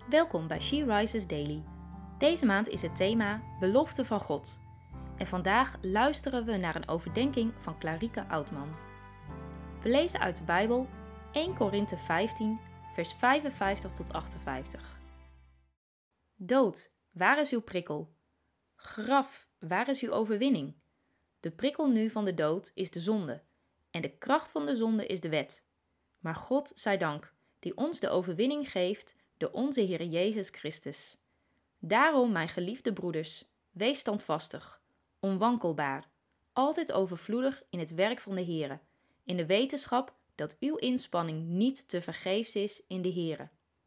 Welkom bij She Rises Daily. Deze maand is het thema Belofte van God. En vandaag luisteren we naar een overdenking van Clarike Oudman. We lezen uit de Bijbel 1 Korinthe 15, vers 55 tot 58. Dood, waar is uw prikkel? Graf, waar is uw overwinning? De prikkel nu van de dood is de zonde, en de kracht van de zonde is de wet. Maar God zij dank, die ons de overwinning geeft door onze Heer Jezus Christus. Daarom, mijn geliefde broeders, wees standvastig, onwankelbaar, altijd overvloedig in het werk van de Heere, in de wetenschap dat uw inspanning niet te vergeefs is in de Heere.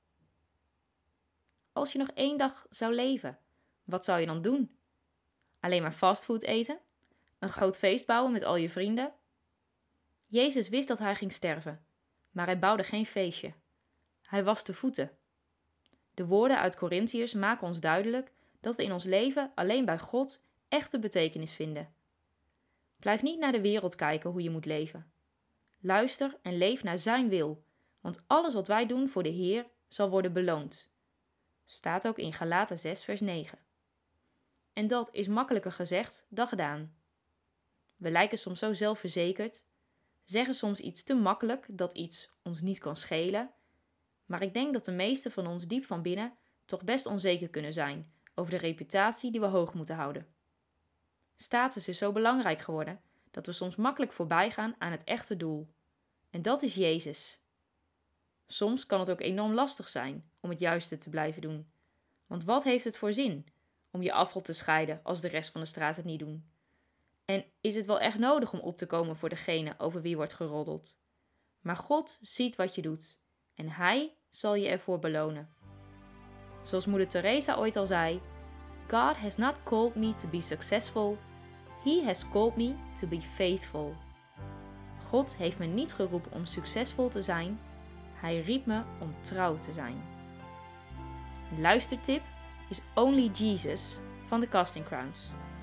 Als je nog 1 dag zou leven, wat zou je dan doen? Alleen maar fastfood eten? Een groot feest bouwen met al je vrienden? Jezus wist dat hij ging sterven, maar hij bouwde geen feestje. Hij waste voeten. De woorden uit Korintiërs maken ons duidelijk dat we in ons leven alleen bij God echte betekenis vinden. Blijf niet naar de wereld kijken hoe je moet leven. Luister en leef naar zijn wil, want alles wat wij doen voor de Heer zal worden beloond. Staat ook in Galaten 6 vers 9. En dat is makkelijker gezegd dan gedaan. We lijken soms zo zelfverzekerd, zeggen soms iets te makkelijk dat iets ons niet kan schelen. Maar ik denk dat de meesten van ons diep van binnen toch best onzeker kunnen zijn over de reputatie die we hoog moeten houden. Status is zo belangrijk geworden dat we soms makkelijk voorbij gaan aan het echte doel. En dat is Jezus. Soms kan het ook enorm lastig zijn om het juiste te blijven doen. Want wat heeft het voor zin om je afval te scheiden als de rest van de straat het niet doen? En is het wel echt nodig om op te komen voor degene over wie wordt geroddeld? Maar God ziet wat je doet. En hij zal je ervoor belonen. Zoals moeder Teresa ooit al zei: God has not called me to be successful. He has called me to be faithful. God heeft me niet geroepen om succesvol te zijn. Hij riep me om trouw te zijn. Een luistertip is Only Jesus van de Casting Crowns.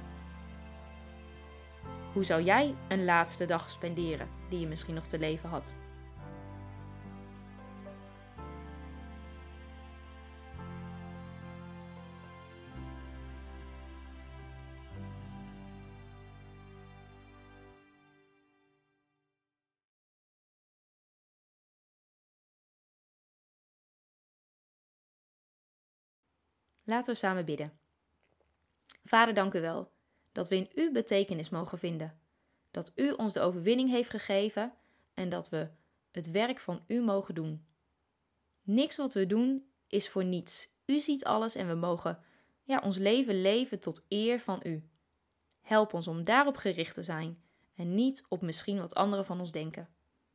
Hoe zou jij een laatste dag spenderen die je misschien nog te leven had? Laten we samen bidden. Vader, dank u wel dat we in u betekenis mogen vinden. Dat u ons de overwinning heeft gegeven en dat we het werk van u mogen doen. Niks wat we doen is voor niets. U ziet alles en we mogen ons leven leven tot eer van u. Help ons om daarop gericht te zijn en niet op misschien wat anderen van ons denken.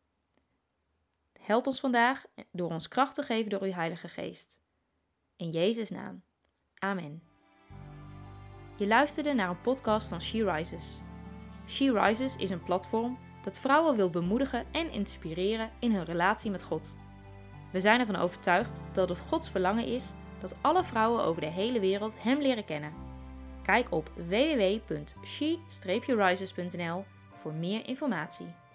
Help ons vandaag door ons kracht te geven door uw Heilige Geest. In Jezus' naam. Amen. Je luisterde naar een podcast van She Rises. She Rises is een platform dat vrouwen wil bemoedigen en inspireren in hun relatie met God. We zijn ervan overtuigd dat het Gods verlangen is dat alle vrouwen over de hele wereld Hem leren kennen. Kijk op www.she-rises.nl voor meer informatie.